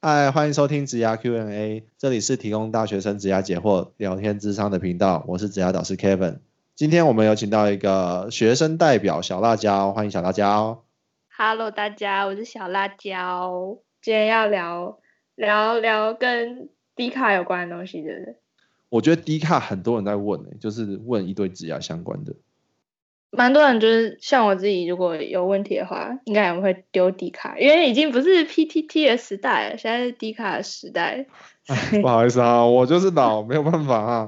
嗨，欢迎收听职涯 Q&A， 这里是提供大学生职涯解惑、聊天智商的频道，我是职涯导师 Kevin。今天我们有请到一个学生代表小辣椒，欢迎小辣椒。 Hello，大家，我是小辣椒。今天要聊跟 D 卡有关的东西，对不对？ 我觉得 D 卡很多人在问，就是问一堆职涯相关的。 蛮多人就是像我自己，如果有问题的话，应该也会丢 D 卡，因为已经不是 PTT 的时代了，现在是 D 卡的时代。 不好意思啊，我就是老，没有办法啊。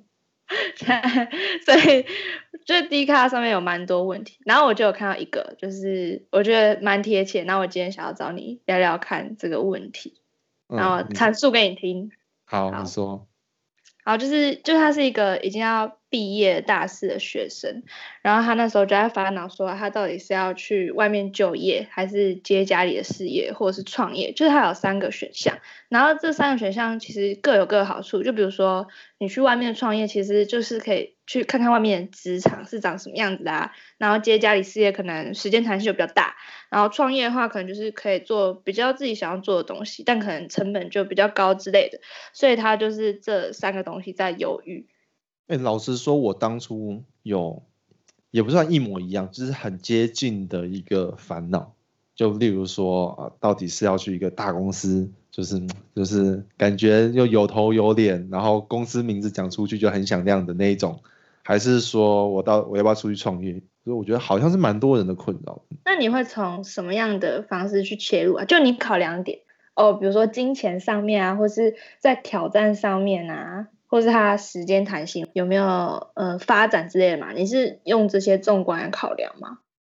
所以就 D 卡上面有蛮多问题，然后我就有看到一个，就是我觉得蛮贴切，然后我今天想要找你聊聊看这个问题，然后阐述给你听。 好，你说。 好，就是他是一个已经要毕业大四的学生，然后他那时候就在烦恼说，他到底是要去外面就业，还是接家里的事业，或者是创业，就是他有3个选项，然后这3个选项其实各有各的好处，就比如说你去外面创业，其实就是可以去看看外面的职场是长什么样子的啊，然后接家里事业可能时间弹性就比较大，然后创业的话可能就是可以做比较自己想要做的东西，但可能成本就比较高之类的，所以他就是这3个东西在犹豫。 老实说，我当初也不算一模一样，就是很接近的一个烦恼。就例如说，到底是要去一个大公司，就是感觉又有头有脸，然后公司名字讲出去就很响亮的那一种，还是说我要不要出去创业？所以我觉得好像是蛮多人的困扰。 那你会从什么样的方式去切入啊？就你考量点哦，比如说金钱上面啊，或是在挑战上面啊，或是它时间弹性有没有发展之类的嘛？你是用这些纵观来考量吗？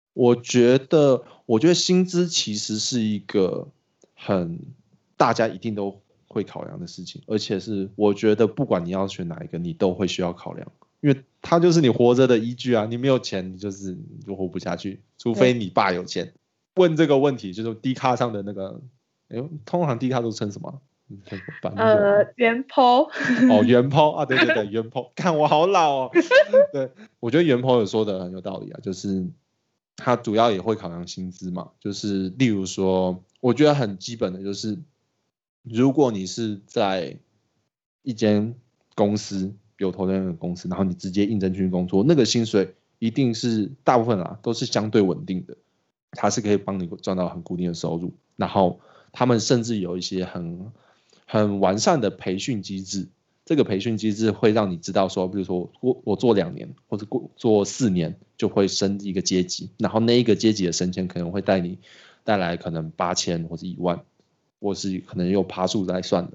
我觉得薪资其实是一个大家一定都会考量的事情，而且是我觉得不管你要选哪一个，你都会需要考量，因为它就是你活着的依据啊。你没有钱，你就活不下去，除非你爸有钱。问这个问题就是 D 卡上的那个，通常 D 卡都称什么？ 原 po 哦，原 po 啊，对对对，原 po，看我好老哦。对，我觉得原 po 有说的很有道理啊，就是他主要也会考量薪资嘛，就是例如说，我觉得很基本的就是，如果你是在一间公司有头的那个公司，然后你直接应征去工作，那个薪水一定是大部分都是相对稳定的，它是可以帮你赚到很固定的收入，然后他们甚至有一些很完善的培训机制。这个培训机制会让你知道说，比如说我做2年或者做4年就会升一个阶级，然后那一个阶级的升迁可能会带来可能8000或者1万，或是可能用趴数来算的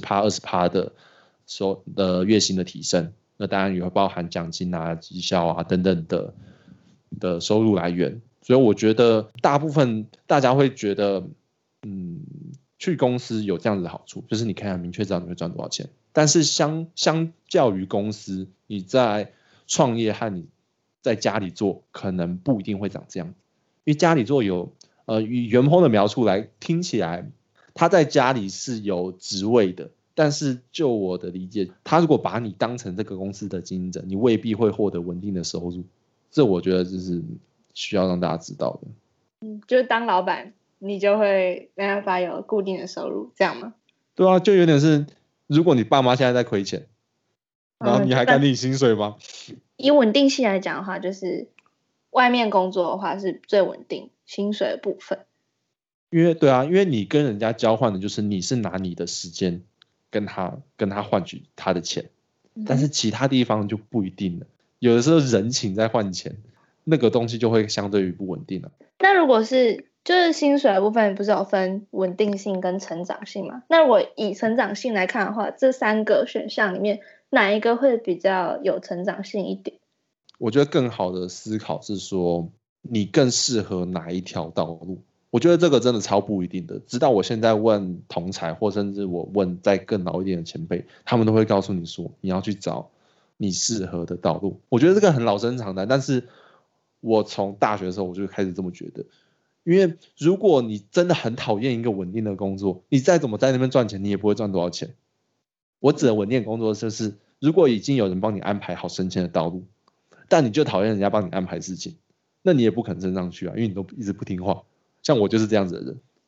10%、20%的月薪的提升。那当然也会包含奖金啊、绩效啊等等的收入来源。所以我觉得大部分大家会觉得，去公司有这样子的好处，就是你可以很明确知道你会赚多少钱。但是相较于公司，你在创业和你在家里做，可能不一定会长这样。因为家里做以原 po 的描述来听起来，他在家里是有职位的，但是就我的理解，他如果把你当成这个公司的经营者，你未必会获得稳定的收入。这我觉得就是需要让大家知道的。 就是当老板，你就会没办法有固定的收入，这样吗？ 对啊，就有点是，如果你爸妈现在在亏钱，然后你还敢领薪水吗？ 以稳定性来讲的话，就是外面工作的话是最稳定薪水的部分。 因为你跟人家交换的就是你是拿你的时间跟他换取他的钱，但是其他地方就不一定了。有的时候人情在换钱，那个东西就会相对于不稳定了。 那如果是就是薪水的部分，不是有分稳定性跟成长性吗？那如果以成长性来看的话，这3个选项里面哪一个会比较有成长性一点？ 我觉得更好的思考是说，你更适合哪一条道路。我觉得这个真的超不一定的。直到我现在问同才，或甚至我问再更老一点的前辈，他们都会告诉你说，你要去找你适合的道路。我觉得这个很老生常谈，但是我从大学的时候我就开始这么觉得。因为如果你真的很讨厌一个稳定的工作，你再怎么在那边赚钱，你也不会赚多少钱。我指的稳定的工作就是，如果已经有人帮你安排好升迁的道路，但你就讨厌人家帮你安排事情，那你也不可能升上去啊，因为你都一直不听话。像我就是这样子的人。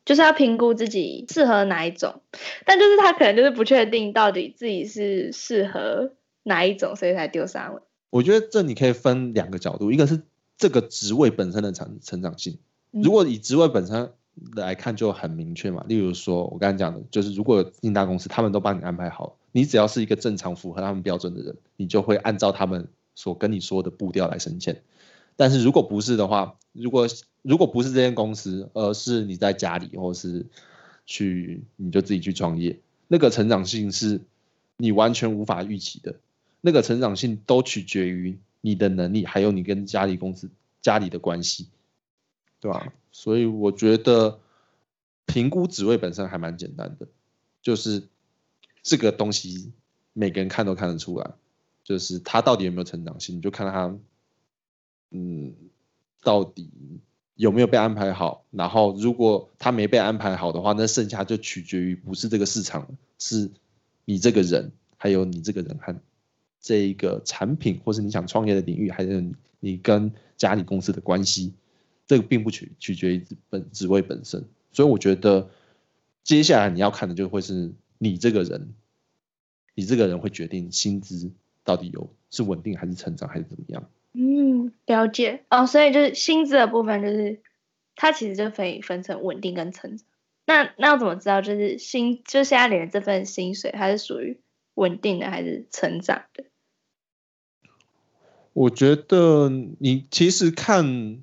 就是要评估自己适合哪一种，但就是他可能就是不确定到底自己是适合哪一种，所以才丢沙文。 我觉得这你可以分2个角度，一个是这个职位本身的成长性，如果以职位本身来看就很明确嘛。例如说我刚才讲的，就是如果进大公司，他们都帮你安排好，你只要是一个正常符合他们标准的人，你就会按照他们所跟你说的步调来升迁。但是如果不是的话，如果不是这间公司，而是你在家里或是你就自己去创业，那个成长性是你完全无法预期的，那个成长性都取决于你的能力，还有你跟家里的关系，对吧？所以我觉得评估职位本身还蛮简单的，就是这个东西每个人看都看得出来，就是他到底有没有成长性，你就看他到底有没有被安排好，然后如果他没被安排好的话，那剩下就取决于不是这个市场，是你这个人，还有你这个人和这一个产品，或是你想创业的领域，还有你跟家里公司的关系，这个并不取决于职位本身。所以我觉得接下来你要看的就会是你这个人会决定薪资到底是稳定还是成长还是怎么样。 了解哦，所以就是薪资的部分，就是它其实就可以分成稳定跟成长。那要怎么知道就是就现在领的这份薪水，它是属于稳定的还是成长的？ 我觉得你其实看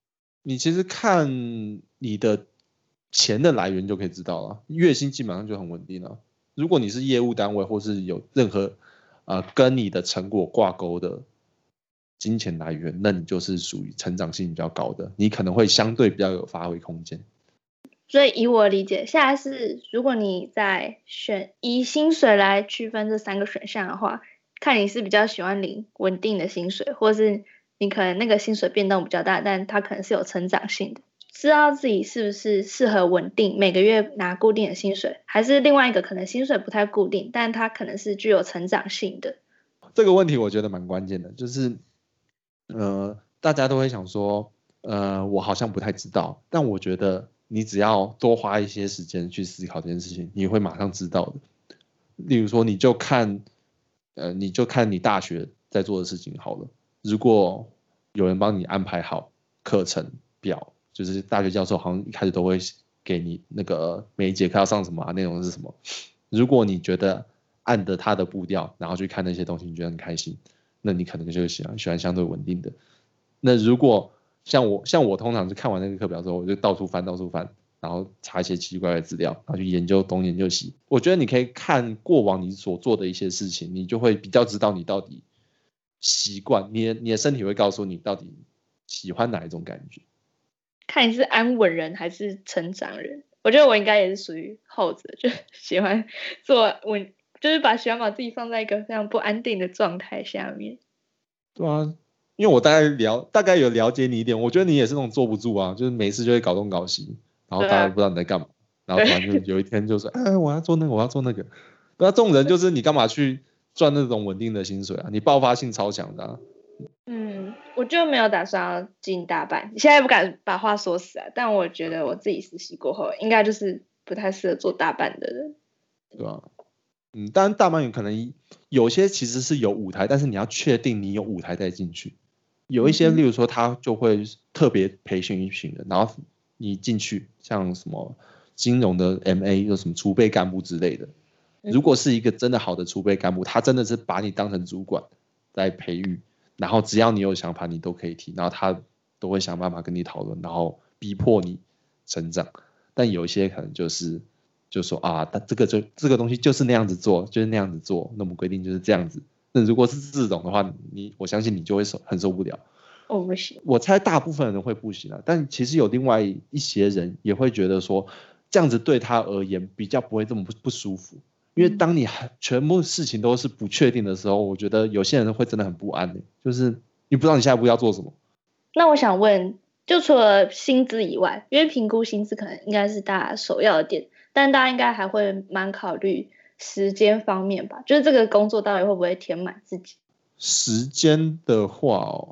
你的钱的来源就可以知道了，月薪基本上就很稳定了。如果你是业务单位或是有任何跟你的成果挂钩的金钱来源，那你就是属于成长性比较高的，你可能会相对比较有发挥空间。 所以以我理解，下来是如果你在以薪水来区分这3个选项的话，看你是比较喜欢领稳定的薪水，或是你可能那个薪水变动比较大，但它可能是有成长性的。知道自己是不是适合稳定每个月拿固定的薪水，还是另外一个可能薪水不太固定，但它可能是具有成长性的。 这个问题我觉得蛮关键的，就是大家都会想说我好像不太知道，但我觉得你只要多花一些时间去思考这件事情，你会马上知道的。例如说你就看你大学在做的事情好了，如果有人帮你安排好课程表，就是大学教授好像一开始都会给你那个每一节课要上什么内容是什么，如果你觉得按着他的步调然后去看那些东西你觉得很开心，那你可能就喜欢相对稳定的。那如果像我通常是看完那个课表之后，我就到处翻，然后查一些奇奇怪怪的资料，然后去研究东研究西。我觉得你可以看过往你所做的一些事情，你就会比较知道你到底习惯，你的身体会告诉你到底喜欢哪一种感觉。 看你是安稳人还是成长人，我觉得我应该也是属于后者，就喜欢就是喜欢把自己放在一个非常不安定的状态下面。 对啊，因为我大概有了解你一点，我觉得你也是那种坐不住啊，就是每次就会搞东搞西，然后大家不知道你在干嘛，然后突然就有一天就说，我要做那个，我要做那个。对啊，这种人就是你干嘛去赚那种稳定的薪水啊？你爆发性超强的啊。 我就没有打算要进大办，现在不敢把话说死啊，但我觉得我自己实习过后，应该就是不太适合做大办的人。 对吧？当然大办可能有些其实是有舞台，但是你要确定你有舞台再进去。有一些，例如说他就会特别培训一群人，然后你进去，像什么金融的 MA 有什么储备干部之类的。如果是一个真的好的储备干部，他真的是把你当成主管在培育，然后只要你有想法，你都可以提，然后他都会想办法跟你讨论，然后逼迫你成长。但有一些可能就说但这个东西就是那样子做，就是那样子做，那我们规定就是这样子。那如果是这种的话，我相信你就会很受不了。 不行。 我猜大部分人会不行啊，但其实有另外一些人也会觉得说，这样子对他而言比较不会这么不舒服。因为当你全部事情都是不确定的时候，我觉得有些人会真的很不安就是你不知道你下一步要做什么。 那我想问，就除了薪资以外，因为评估薪资可能应该是大家首要的点，但大家应该还会蛮考虑时间方面吧？就是这个工作到底会不会填满自己？ 时间的话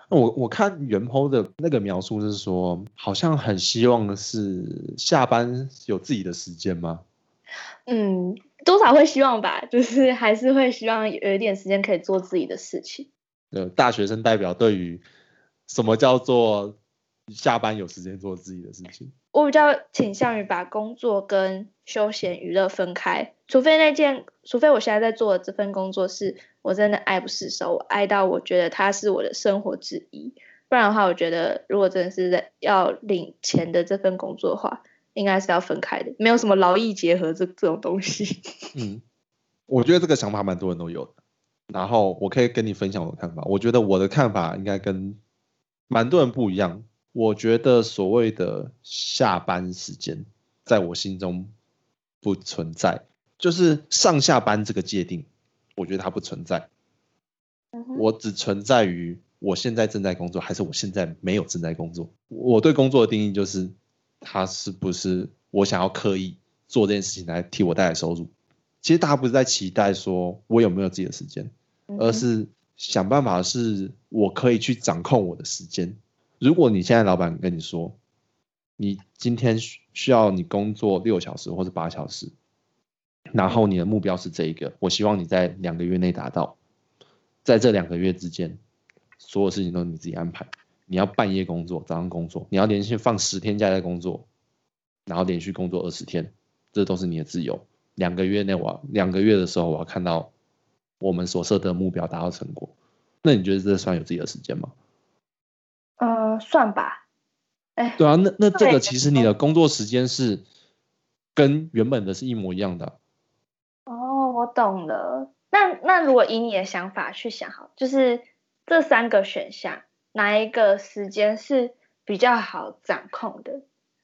我看原 po 的那个描述是说，好像很希望是下班有自己的时间吗？ 多少会希望吧，就是还是会希望有一点时间可以做自己的事情。 大学生代表对于什么叫做下班有时间做自己的事情？ 我比较倾向于把工作跟休闲娱乐分开，除非我现在在做的这份工作是我真的爱不释手，我爱到我觉得它是我的生活之一，不然的话，我觉得如果真的是要领钱的这份工作的话，应该是要分开的，没有什么劳逸结合这种东西。 我觉得这个想法蛮多人都有的，然后我可以跟你分享我的看法。我觉得我的看法应该跟蛮多人不一样。我觉得所谓的下班时间，在我心中不存在，就是上下班这个界定，我觉得它不存在。我只存在于我现在正在工作，还是我现在没有正在工作。我对工作的定义就是，它是不是我想要刻意做这件事情来替我带来收入。其实大家不是在期待说我有没有自己的时间，而是想办法是我可以去掌控我的时间。如果你现在老板跟你说，你今天需要你工作6小时或者8小时，然后你的目标是这一个，我希望你在2个月内达到，在这2个月之间，所有事情都是你自己安排。你要半夜工作，早上工作，你要连续放10天假在工作，然后连续工作20天，这都是你的自由。2个月内2个月的时候，我要看到我们所设的目标达到成果。那你觉得这算有自己的时间吗？ 算吧。 对啊，那这个其实你的工作时间是跟原本的是一模一样的。 哦，我懂了。那如果以你的想法去想好，就是这3个选项，哪一个时间是比较好掌控的？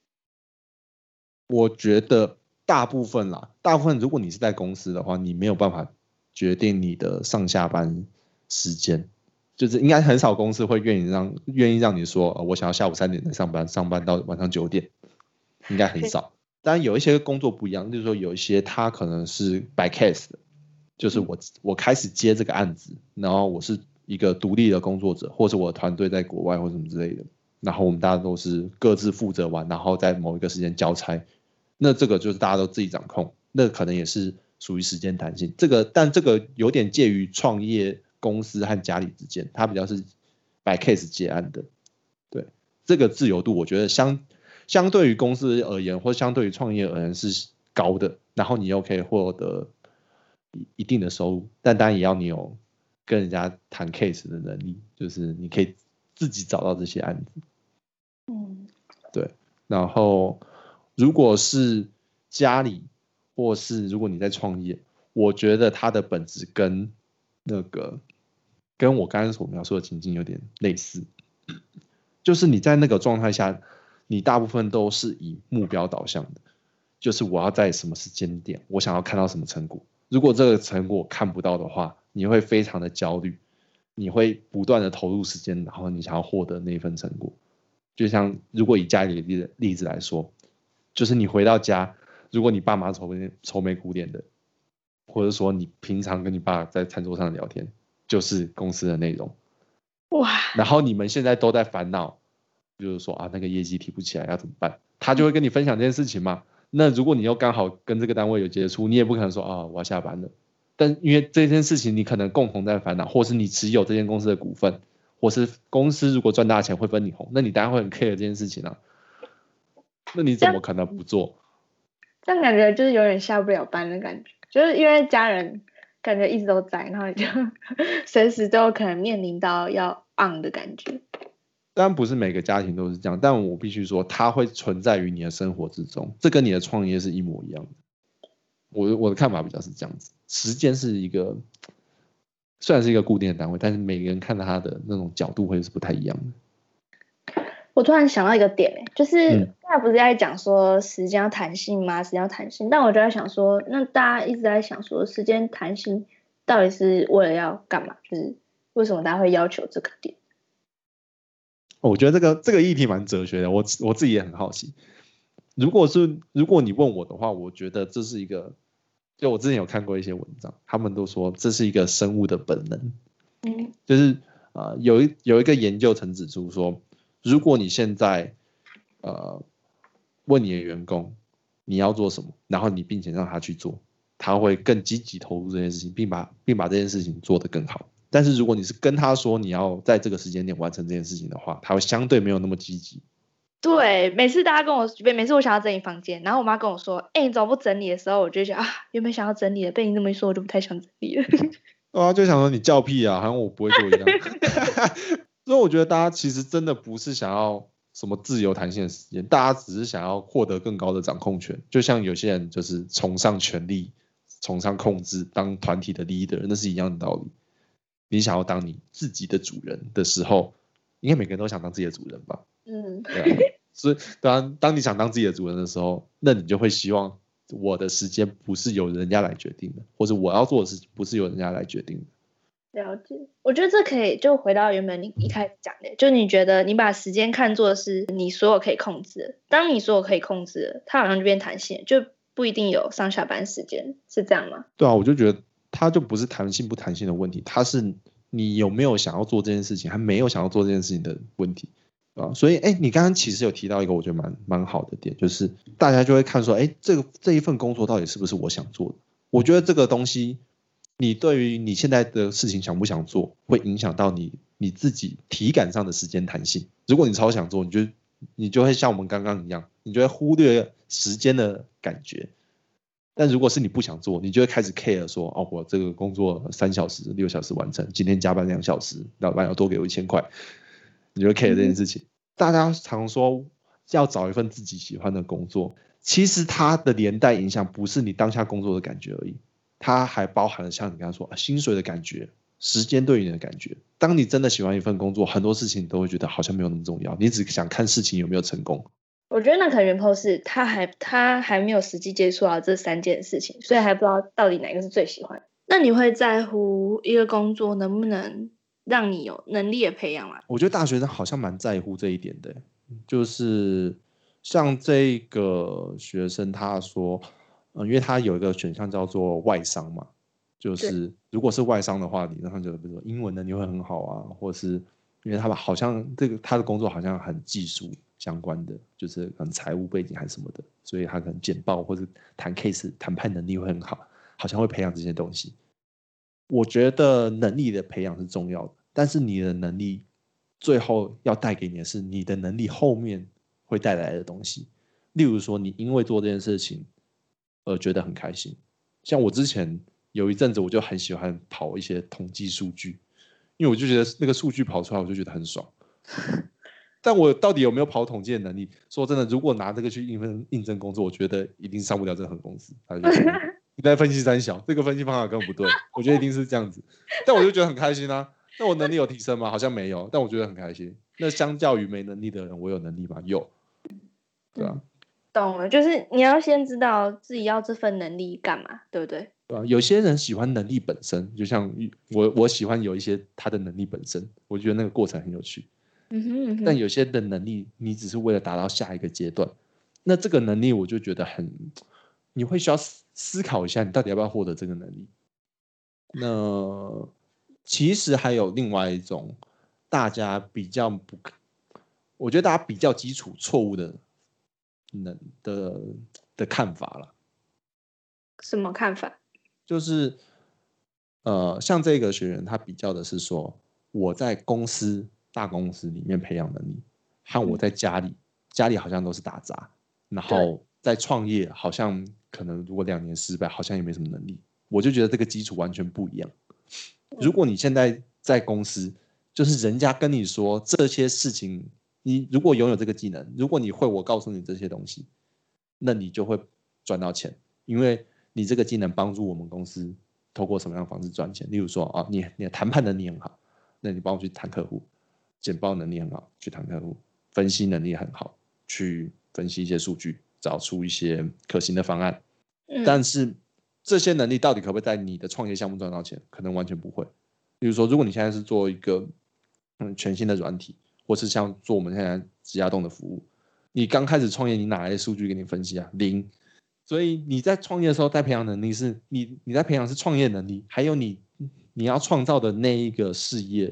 我觉得大部分如果你是在公司的话，你没有办法决定你的上下班时间，就是应该很少公司会愿意让你说，我想要下午3点才上班，上班到晚上9点，应该很少。当然有一些工作不一样，就是说有一些它可能是 by case 的，就是我开始接这个案子，然后我是一个独立的工作者，或是我的团队在国外或什么之类的，然后我们大家都是各自负责完，然后在某一个时间交差，那这个就是大家都自己掌控，那可能也是属于时间弹性。但这个有点介于创业公司和家里之间，它比较是 by case 结案的。对，这个自由度我觉得相对于公司而言，或相对于创业而言是高的，然后你又可以获得一定的收入，但当然也要你有跟人家谈 case 的能力，就是你可以自己找到这些案子。对。然后如果是家里，或是如果你在创业，我觉得它的本质跟我刚刚所描述的情境有点类似，就是你在那个状态下，你大部分都是以目标导向的，就是我要在什么时间点，我想要看到什么成果。如果这个成果看不到的话，你会非常的焦虑，你会不断的投入时间，然后你想要获得那份成果。就像如果以家里的例子来说，就是你回到家，如果你爸妈愁眉苦脸的，或者说你平常跟你爸在餐桌上聊天，就是公司的内容。 哇！ 然后你们现在都在烦恼，就是说那个业绩提不起来要怎么办？他就会跟你分享这件事情嘛。那如果你又刚好跟这个单位有接触，你也不可能说我要下班了。但因为这件事情你可能共同在烦恼，或是你持有这间公司的股份，或是公司如果赚大钱会分你红，那你当然会很 care 这件事情啊。那你怎么可能不做？ 这样感觉就是有点下不了班的感觉，就是因为家人感觉一直都在，然后你就随时都有可能面临到要 on 的感觉。 当然不是每个家庭都是这样，但我必须说，它会存在于你的生活之中，这跟你的创业是一模一样的。我的看法比较是这样子，时间是一个虽然是一个固定的单位，但是每个人看到它的那种角度会是不太一样的。 我突然想到一个点，就是大家不是在讲说时间要弹性吗？时间要弹性，但我就在想说，那大家一直在想说时间弹性到底是为了要干嘛？就是为什么大家会要求这个点？ 我觉得这个议题蛮哲学的，我自己也很好奇。如果你问我的话，我觉得这是一个，就我之前有看过一些文章，他们都说这是一个生物的本能，就是有一个研究曾指出说，如果你现在问你的员工你要做什么，然后你并且让他去做，他会更积极投入这件事情，并把这件事情做得更好。但是如果你是跟他说你要在这个时间点完成这件事情的话，他会相对没有那么积极。 对，每次大家跟我，每次我想要整理房间，然后我妈跟我说：“你怎么不整理？”的时候，我就觉得原本想要整理的，被你这么一说，我就不太想整理了。 就想说你叫屁啊，好像我不会做一样。所以我觉得大家其实真的不是想要什么自由弹性的时间，大家只是想要获得更高的掌控权。就像有些人就是崇尚权力，崇尚控制，当团体的 leader， 那是一样的道理。你想要当你自己的主人的时候，应该每个人都想当自己的主人吧？对啊。所以当你想当自己的主人的时候，那你就会希望我的时间不是由人家来决定的，或者我要做的事情不是由人家来决定的。 了解，我觉得这可以就回到原本你一开始讲的，就你觉得你把时间看作是你所有可以控制的，当你所有可以控制的，它好像就变弹性，就不一定有上下班时间，是这样吗？ 对啊，我就觉得它就不是弹性不弹性的问题，它是你有没有想要做这件事情，还没有想要做这件事情的问题。所以你刚刚其实有提到一个我觉得蛮好的点，就是大家就会看说这一份工作到底是不是我想做的。我觉得这个东西你对于你现在的事情想不想做，会影响到你自己体感上的时间弹性。如果你超想做，你就会像我们刚刚一样，你就会忽略时间的感觉。但如果是你不想做，你就会开始 care 说，我这个工作3小时、6小时完成，今天加班2小时，老板要多给我1000块，你就会 care 这件事情。大家常说要找一份自己喜欢的工作，其实它的连带影响不是你当下工作的感觉而已，它还包含了像你刚才说薪水的感觉、时间对你的感觉。当你真的喜欢一份工作，很多事情都会觉得好像没有那么重要，你只想看事情有没有成功。 我觉得那可能原 po 是他还没有实际接触到这3件事情，所以还不知道到底哪个是最喜欢。那你会在乎一个工作能不能让你有能力的培养吗？ 我觉得大学生好像蛮在乎这一点的，就是像这个学生他说，因为他有一个选项叫做外商嘛，就是如果是外商的话，理论上就比如说英文能力会很好啊，或是因为他们好像他的工作好像很技术相关的，就是可能财务背景还是什么的，所以他可能简报或者谈 case 谈判能力会很好，好像会培养这些东西。我觉得能力的培养是重要的，但是你的能力最后要带给你的是你的能力后面会带来的东西。例如说，你因为做这件事情而觉得很开心。像我之前有一阵子，我就很喜欢跑一些统计数据，因为我就觉得那个数据跑出来，我就觉得很爽。但我到底有没有跑统计的能力？说真的，如果拿这个去应征工作，我觉得一定上不了任何公司。他就觉得你在分析三小，这个分析方法根本不对。我觉得一定是这样子，但我就觉得很开心啊。那我能力有提升吗？好像没有，但我觉得很开心。那相较于没能力的人，我有能力吗？有，对啊。 懂了，就是你要先知道自己要这份能力干嘛，对不对？ 对啊，有些人喜欢能力本身，就像我喜欢有一些他的能力本身，我觉得那个过程很有趣。但有些的能力，你只是为了达到下一个阶段，那这个能力我就觉得你会需要思考一下，你到底要不要获得这个能力。那其实还有另外一种大家比较我觉得大家比较基础错误的看法啦。 什么看法？ 就是像这个学员他比较的是说，我在大公司里面培养能力，和我在家里好像都是打杂，然后在创业好像可能如果2年失败，好像也没什么能力。我就觉得这个基础完全不一样。如果你现在在公司，就是人家跟你说这些事情，你如果拥有这个技能，如果你会我告诉你这些东西，那你就会赚到钱，因为你这个技能帮助我们公司透过什么样的方式赚钱。例如说你的谈判能力很好，那你帮我去谈客户；简报能力很好，去谈客户；分析能力很好，去分析一些数据，找出一些可行的方案。但是这些能力到底可不可以在你的创业项目赚到钱？可能完全不会。比如说，如果你现在是做一个全新的软体，或是像做我们现在职涯动的服务，你刚开始创业，你哪来的数据给你分析啊？零。所以你在创业的时候，在培养能力你在培养是创业能力，还有你要创造的那一个事业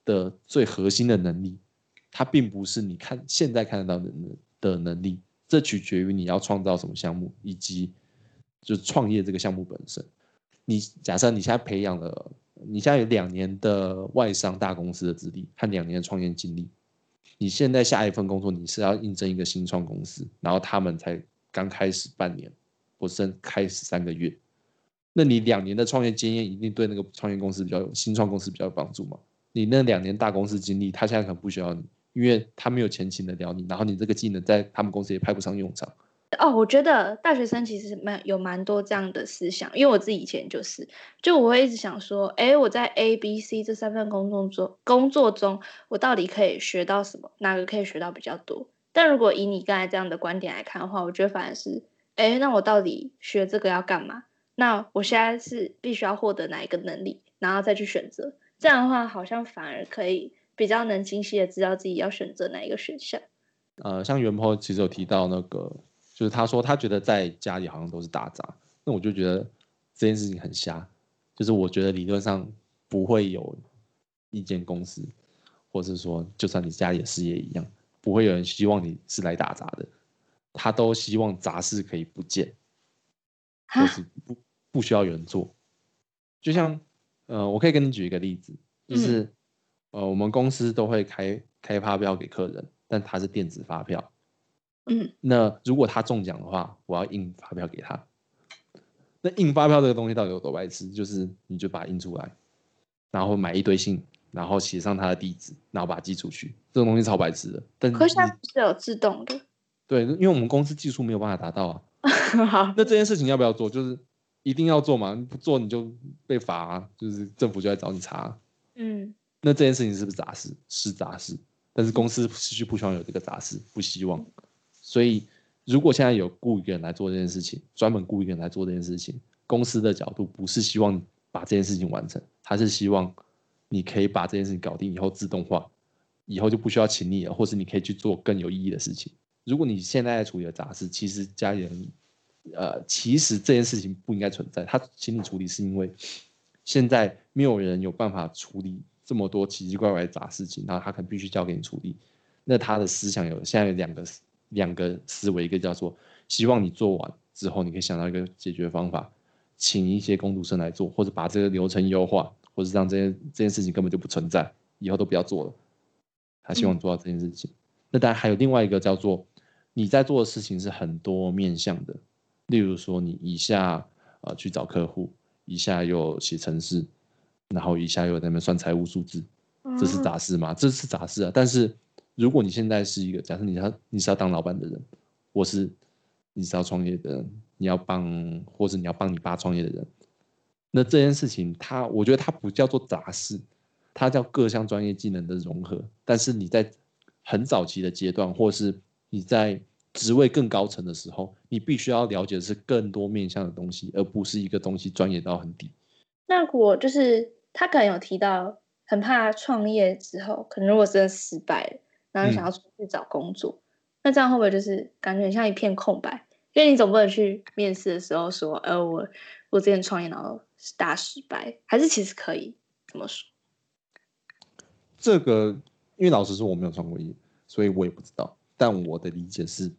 的最核心的能力，它并不是你现在看得到的能力，这取决于你要创造什么项目，以及就是创业这个项目本身。假设你现在培养了，你现在有2年的外商大公司的资历和2年的创业经历，你现在下一份工作你是要应征一个新创公司，然后他们才刚开始半年，或甚开始3个月，那你2年的创业经验一定对那个创业公司新创公司比较有帮助嘛？你那2年大公司经历，他现在可能不需要你，因为他没有钱请得了你，然后你这个技能在他们公司也派不上用场。 我觉得大学生其实有蛮多这样的思想，因为我自己以前就我会一直想说，我在 A、B、C 这3份工作中，我到底可以学到什么？哪个可以学到比较多？但如果以你刚才这样的观点来看的话，我觉得反而是，那我到底学这个要干嘛？那我现在是必须要获得哪一个能力，然后再去选择。这样的话，好像反而可以比较能清晰的知道自己要选择哪一个选项。 像袁坡其实有提到那个，就是他说他觉得在家里好像都是打杂，那我就觉得这件事情很瞎，就是我觉得理论上不会有一间公司，或是说就算你家里的事业一样，不会有人希望你是来打杂的，他都希望杂事可以不见，或是不需要有人做。就像我可以跟你举一个例子，就是我们公司都会开发票给客人，但它是电子发票。那如果他中奖的话，我要印发票给他。那印发票这个东西到底有多白痴？就是你就把它印出来，然后买一堆信，然后写上他的地址，然后把它寄出去。这种东西超白痴的。但可是它不是有自动的？ 对，因为我们公司技术没有办法达到啊。 好， 那这件事情要不要做？就是一定要做嘛，你不做你就被罚啊，就是政府就来找你查。那这件事情是不是杂事？是杂事，但是公司不希望有这个杂事，不希望。所以如果现在有雇一个人来做这件事情，专门雇一个人来做这件事情，公司的角度不是希望把这件事情完成，他是希望你可以把这件事情搞定以后自动化，以后就不需要请你了，或是你可以去做更有意义的事情。如果你现在在处理的杂事，其实家里人其实这件事情不应该存在，他请你处理是因为现在没有人有办法处理这么多奇奇怪怪的杂事情，然后他可能必须交给你处理。那他的思想现在有两个思维，一个叫做希望你做完之后，你可以想到一个解决方法，请一些工读生来做，或者把这个流程优化，或者让这件事情根本就不存在，以后都不要做了。他希望做到这件事情。那当然还有另外一个叫做你在做的事情是很多面向的，例如说你一下去找客户，一下又写程式，然后一下又在那边算财务数字，这是杂事吗？这是杂事啊。但是如果你现在是一个假设你是要当老板的人，或是你是要创业的人，或者你要帮你爸创业的人，那这件事情我觉得它不叫做杂事，它叫各项专业技能的融合。但是你在很早期的阶段，或是你在职位更高层的时候，你必须要了解的是更多面向的东西，而不是一个东西专业到很低。 那我就是他可能有提到很怕创业之后，可能如果真的失败了，然后想要出去找工作，那这样会不会就是感觉很像一片空白？因为你总不能去面试的时候说，我之前创业然后大失败，还是其实可以这么说？ 这个因为老实说我没有创过业，所以我也不知道。但我的理解是，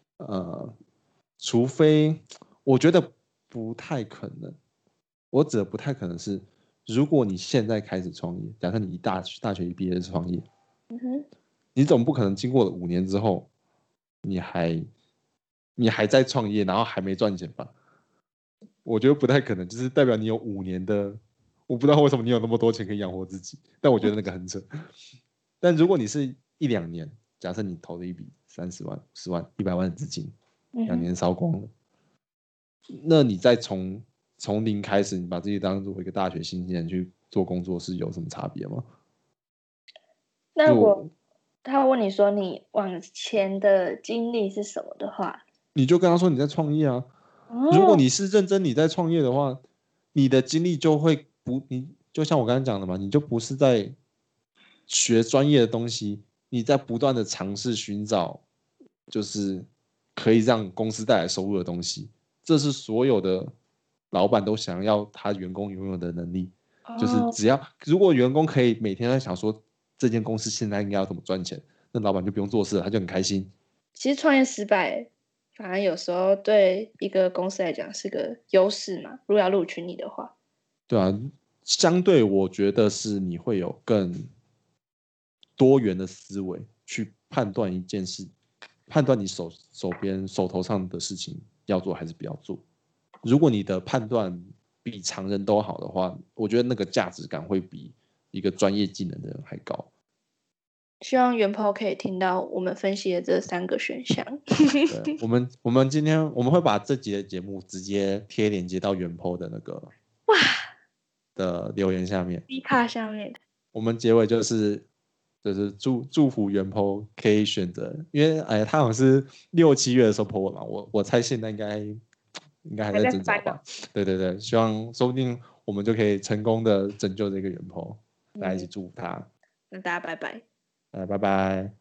除非我觉得不太可能。我指的不太可能是，如果你现在开始创业，假设你大学一毕业创业，你总不可能经过了5年之后，你还在创业，然后还没赚钱吧？我觉得不太可能，就是代表你有5年的，我不知道为什么你有那么多钱可以养活自己，但我觉得那个很扯。但如果你是1-2年，假设你投了一笔30万、50万、100万的资金，2年烧光了，那你再从零开始，你把自己当做一个大学新鲜人去做工作，是有什么差别吗？ 那如果他问你说你往前的经历是什么的话， 你就跟他说你在创业啊。如果你是认真你在创业的话，你的经历就会你就像我刚才讲的嘛，你就不是在学专业的东西，你在不断的尝试寻找，就是可以让公司带来收入的东西。这是所有的老板都想要他员工拥有的能力，就是如果员工可以每天在想说这间公司现在应该要怎么赚钱，那老板就不用做事了，他就很开心。 其实创业失败，反而有时候对一个公司来讲是个优势嘛。如果要录取你的话， 对啊，相对我觉得是你会有更多元的思维去判断一件事，判断你手头上的事情要做还是不要做。如果你的判断比常人都好的话，我觉得那个价值感会比一个专业技能的人还高。 希望元抛可以听到我们分析的这3个选项。 对，我们今天我们会把这集的节目直接贴链接到元抛的那个哇的留言下面。 ，D 卡下面， 我们结尾就是祝福元抛可以选择，因为他好像是6、7月的时候 po 文嘛，我猜现在应该还在挣扎吧。对对对，希望说不定我们就可以成功的拯救这个元抛，大家一起祝福他。 那大家拜拜。 拜拜。